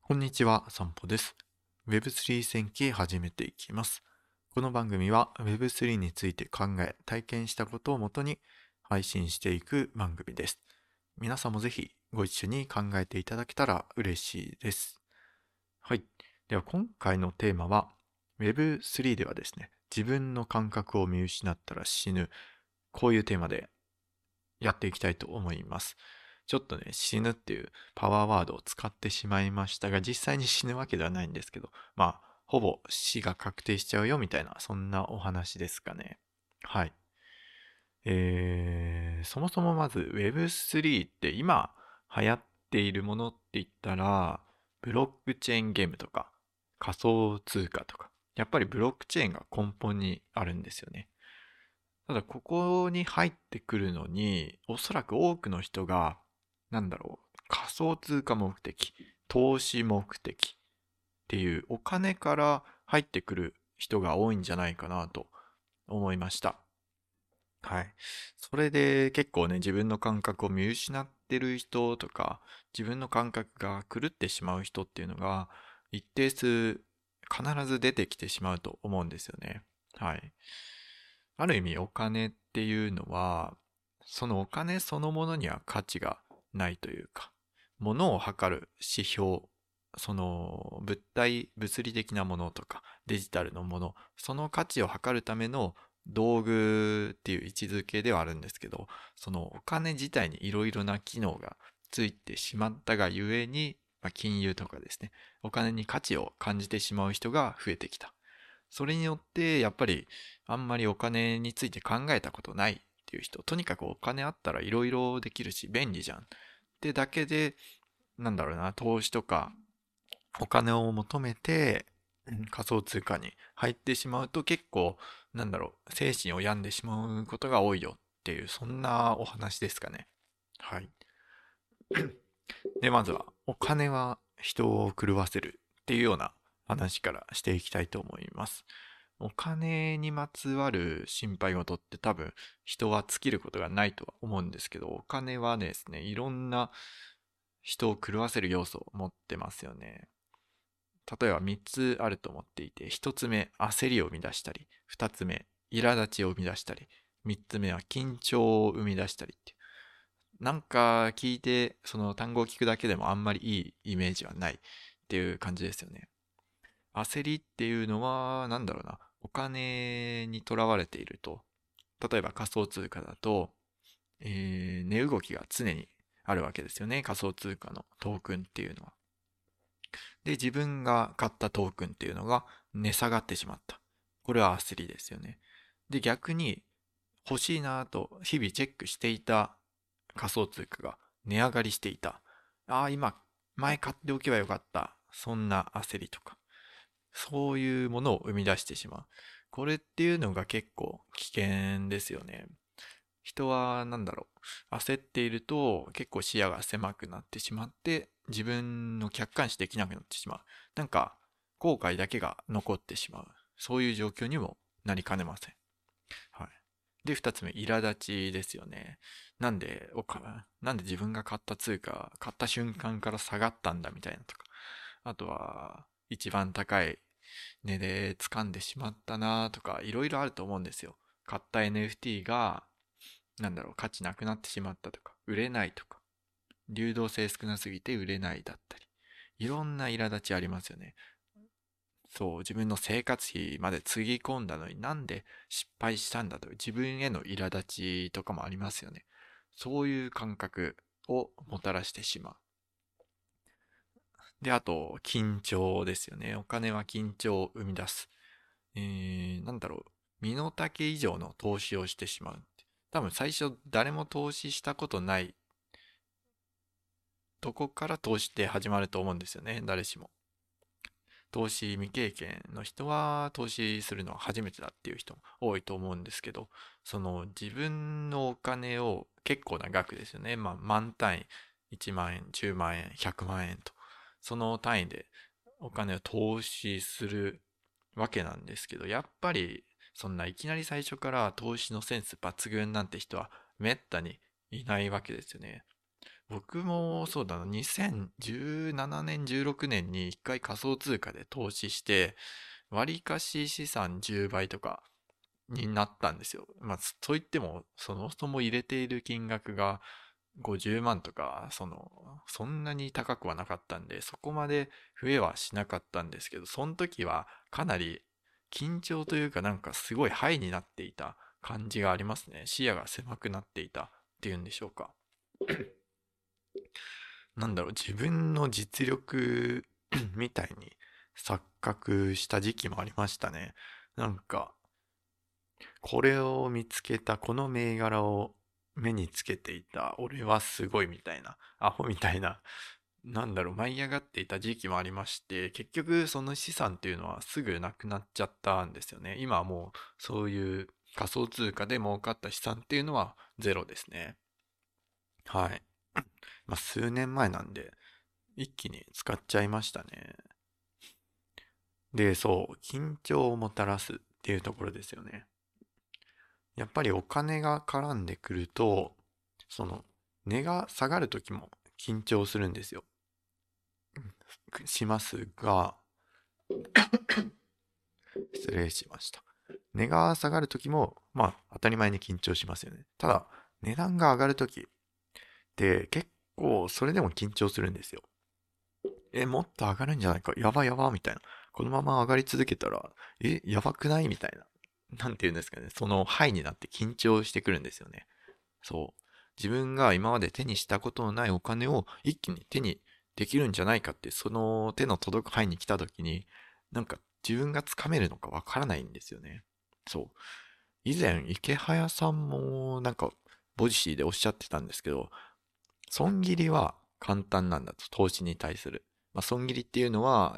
こんにちは、散歩です。Web3 戦記始めていきます。この番組は Web3 について考え、体験したことをもとに配信していく番組です。皆さんもぜひご一緒に考えていただけたら嬉しいです。はい。では今回のテーマは Web3 ではですね、自分の感覚を見失ったら死ぬ。こういうテーマでやっていきたいと思います。ちょっとね、死ぬっていうパワーワードを使ってしまいましたが、実際に死ぬわけではないんですけど、ほぼ死が確定しちゃうよみたいな、そんなお話ですかね。はい。そもそもまず Web3 って今流行っているものって言ったら、ブロックチェーンゲームとか仮想通貨とか、やっぱりブロックチェーンが根本にあるんですよね。ただここに入ってくるのに、おそらく多くの人が、仮想通貨目的、投資目的っていうお金から入ってくる人が多いんじゃないかなと思いました。はい。それで結構ね、自分の感覚を見失ってる人とか、自分の感覚が狂ってしまう人っていうのが、一定数必ず出てきてしまうと思うんですよね。はい。ある意味お金っていうのは、そのお金そのものには価値がないというか、物を測る指標、その物体、物理的なものとかデジタルのもの、その価値を測るための道具っていう位置づけではあるんですけど、そのお金自体にいろいろな機能がついてしまったがゆえに、金融とかですね、お金に価値を感じてしまう人が増えてきた。それによってやっぱりあんまりお金について考えたことないっていう人、とにかくお金あったらいろいろできるし便利じゃんってだけで、投資とかお金を求めて仮想通貨に入ってしまうと結構精神を病んでしまうことが多いよっていう、そんなお話ですかね。はい。で、まずはお金は人を狂わせるっていうような話からしていきたいと思います。お金にまつわる心配事って多分人は尽きることがないとは思うんですけど、お金はですね、いろんな人を狂わせる要素を持ってますよね。例えば3つあると思っていて、1つ目、焦りを生み出したり、2つ目、苛立ちを生み出したり、3つ目は緊張を生み出したりっていう。なんか聞いて、その単語を聞くだけでもあんまりいいイメージはないっていう感じですよね。焦りっていうのは、お金にとらわれていると、例えば仮想通貨だと、値動きが常にあるわけですよね。仮想通貨のトークンっていうのは。で、自分が買ったトークンっていうのが値下がってしまった。これは焦りですよね。で、逆に欲しいなと日々チェックしていた仮想通貨が値上がりしていた。ああ、前買っておけばよかった。そんな焦りとか。そういうものを生み出してしまう。これっていうのが結構危険ですよね。人は焦っていると結構視野が狭くなってしまって自分の客観視できなくなってしまう。なんか後悔だけが残ってしまう。そういう状況にもなりかねません。はい。で、二つ目、苛立ちですよね。なんで自分が買った通貨、買った瞬間から下がったんだみたいなとか。あとは、一番高い値で掴んでしまったなとか、いろいろあると思うんですよ。買った NFT が、価値なくなってしまったとか、売れないとか、流動性少なすぎて売れないだったり、いろんな苛立ちありますよね。そう、自分の生活費までつぎ込んだのになんで失敗したんだという自分への苛立ちとかもありますよね。そういう感覚をもたらしてしまう。で、あと、緊張ですよね。お金は緊張を生み出す。身の丈以上の投資をしてしまう。多分最初誰も投資したことないとこから投資って始まると思うんですよね。誰しも。投資未経験の人は投資するのは初めてだっていう人も多いと思うんですけど、その自分のお金を結構な額ですよね。万単位、1万円、10万円、100万円と、その単位でお金を投資するわけなんですけど、やっぱりそんないきなり最初から投資のセンス抜群なんて人はめったにいないわけですよね。 僕もそうだな、2017年、16年に一回仮想通貨で投資して、割かし資産10倍とかになったんですよ。まあ、といっても、そもそも入れている金額が50万とか、そんなに高くはなかったんで、そこまで増えはしなかったんですけど、その時はかなり緊張というかなんかすごいハイになっていた感じがありますね。視野が狭くなっていたっていうんでしょうか。なんだろう、自分の実力みたいに錯覚した時期もありましたね。なんか、これを見つけた、この銘柄を目につけていた、俺はすごいみたいな、アホみたいな、なんだろう、舞い上がっていた時期もありまして、結局その資産っていうのはすぐなくなっちゃったんですよね。今はもうそういう仮想通貨で儲かった資産っていうのはゼロですね。はい。まあ数年前なんで、一気に使っちゃいましたね。で、そう、緊張をもたらすっていうところですよね。やっぱりお金が絡んでくると、その、値が下がるときも緊張するんですよ。しますが、失礼しました。値が下がるときも、まあ、当たり前に緊張しますよね。ただ、値段が上がるときって結構それでも緊張するんですよ。もっと上がるんじゃないか。やばやば、みたいな。このまま上がり続けたら、やばくないみたいな。なんて言うんですかね。その、ハイになって緊張してくるんですよね。そう。自分が今まで手にしたことのないお金を一気に手にできるんじゃないかって、その手の届く範囲に来た時に、なんか自分がつかめるのかわからないんですよね。そう。以前、池早さんもなんか、ボイシーでおっしゃってたんですけど、損切りは簡単なんだと、投資に対する。まあ、損切りっていうのは、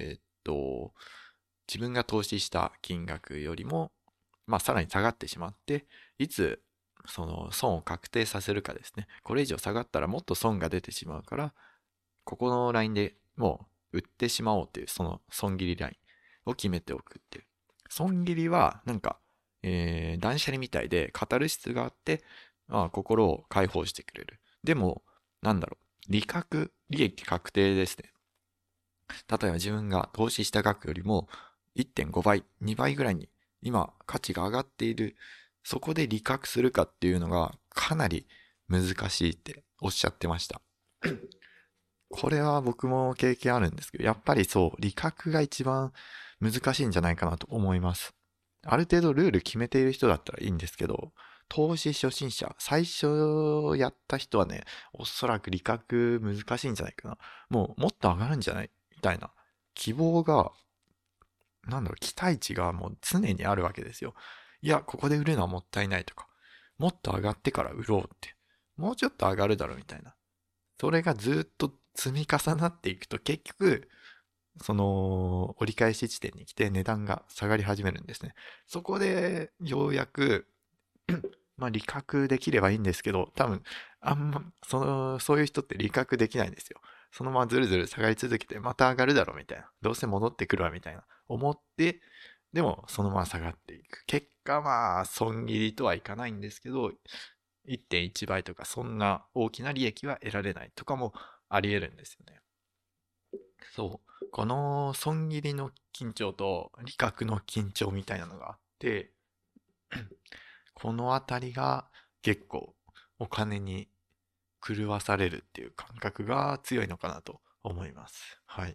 自分が投資した金額よりも、まあ、さらに下がってしまって、いつ、その損を確定させるかですね。これ以上下がったらもっと損が出てしまうから、ここのラインでもう売ってしまおうっていう、その損切りラインを決めておくっていう。損切りは、なんか、断捨離みたいで、カタルシスがあって、まあ、心を解放してくれる。でも、なんだろう、利益確定ですね。例えば自分が投資した額よりも1.5倍、2倍ぐらいに今価値が上がっている。そこで利確するかっていうのがかなり難しいっておっしゃってました。これは僕も経験あるんですけど、やっぱりそう、利確が一番難しいんじゃないかなと思います。ある程度ルール決めている人だったらいいんですけど、投資初心者、最初やった人はね、おそらく利確難しいんじゃないかな。もっと上がるんじゃないみたいな。希望が、期待値がもう常にあるわけですよ。いや、ここで売るのはもったいないとか、もっと上がってから売ろうって、もうちょっと上がるだろうみたいな。それがずっと積み重なっていくと結局、その折り返し地点に来て値段が下がり始めるんですね。そこでようやくまあ利確できればいいんですけど、多分あんま、そういう人って利確できないんですよ。そのままずるずる下がり続けて、また上がるだろうみたいな。どうせ戻ってくるわみたいな。思って、でもそのまま下がっていく。結果まあ、損切りとはいかないんですけど、1.1倍とかそんな大きな利益は得られないとかもあり得るんですよね。そう。この損切りの緊張と利確の緊張みたいなのがあって、このあたりが結構お金に狂わされるっていう感覚が強いのかなと思います。はい。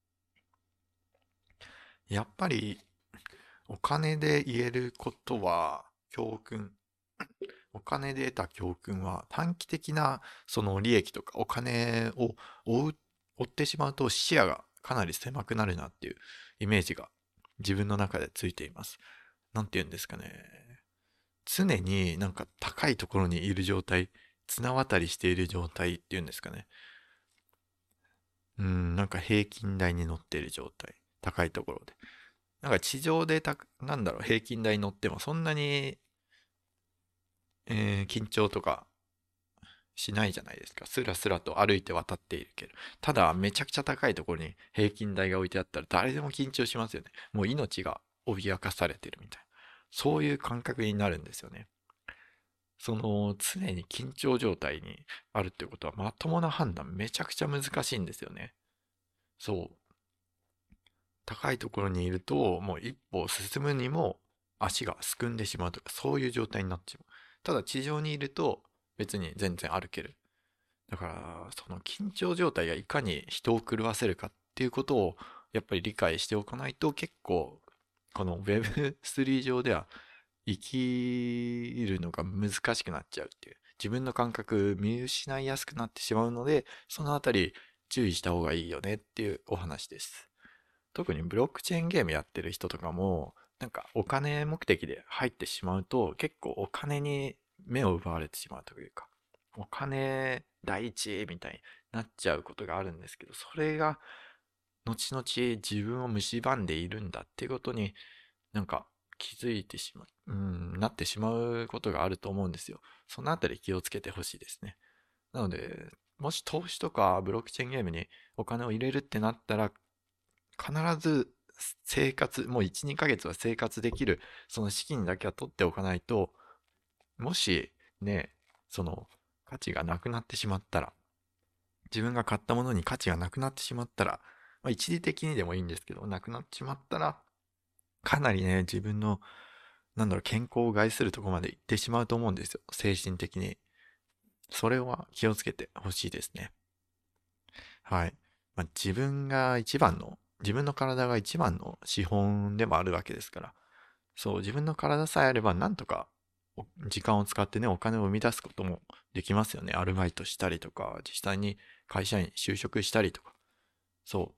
やっぱりお金で言えることは教訓。お金で得た教訓は短期的なその利益とかお金を追ってしまうと視野がかなり狭くなるなっていうイメージが自分の中でついています。なんて言うんですかね。常になんか高いところにいる状態、綱渡りしている状態っていうんですかね。なんか平均台に乗っている状態。高いところで。なんか地上で平均台に乗ってもそんなに、緊張とかしないじゃないですか。スラスラと歩いて渡っているけど。ただ、めちゃくちゃ高いところに平均台が置いてあったら誰でも緊張しますよね。もう命が脅かされてるみたいな。そういう感覚になるんですよね。 その常に緊張状態にあるってことはまともな判断めちゃくちゃ難しいんですよね。そう。高いところにいると、もう一歩進むにも足がすくんでしまうとか、そういう状態になってしまう。ただ地上にいると別に全然歩ける。だから、その緊張状態がいかに人を狂わせるかっていうことをやっぱり理解しておかないと結構、この Web3 上では生きるのが難しくなっちゃうっていう。自分の感覚見失いやすくなってしまうので、そのあたり注意した方がいいよねっていうお話です。特にブロックチェーンゲームやってる人とかも、なんかお金目的で入ってしまうと、結構お金に目を奪われてしまうというか、お金第一みたいになっちゃうことがあるんですけど、それが後々自分を蝕んでいるんだっていうことになんか気づいてしまう、なってしまうことがあると思うんですよ。そのあたり気をつけてほしいですね。なので、もし投資とかブロックチェーンゲームにお金を入れるってなったら、必ず生活、もう1、2ヶ月は生活できる、その資金だけは取っておかないと、もしね、その価値がなくなってしまったら、自分が買ったものに価値がなくなってしまったら、一時的にでもいいんですけど、なくなってしまったら、かなりね、自分の、健康を害するところまで行ってしまうと思うんですよ。精神的に。それは気をつけてほしいですね。はい。自分の体が一番の資本でもあるわけですから。そう、自分の体さえあれば、なんとか時間を使ってね、お金を生み出すこともできますよね。アルバイトしたりとか、実際に会社に就職したりとか。そう。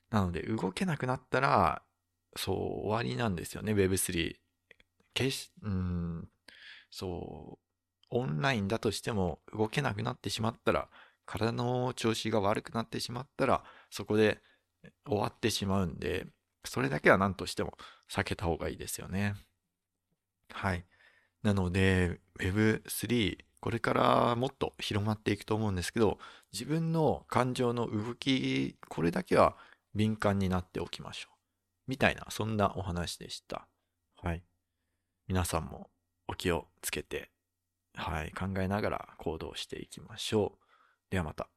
なので、動けなくなったら、そう、終わりなんですよね、Web3。そう、オンラインだとしても動けなくなってしまったら、体の調子が悪くなってしまったら、そこで終わってしまうんで、それだけは何としても避けた方がいいですよね。はい。なので、Web3、これからもっと広まっていくと思うんですけど、自分の感情の動き、これだけは敏感になっておきましょう。みたいな、そんなお話でした。はい。皆さんもお気をつけて、はい、考えながら行動していきましょう。ではまた。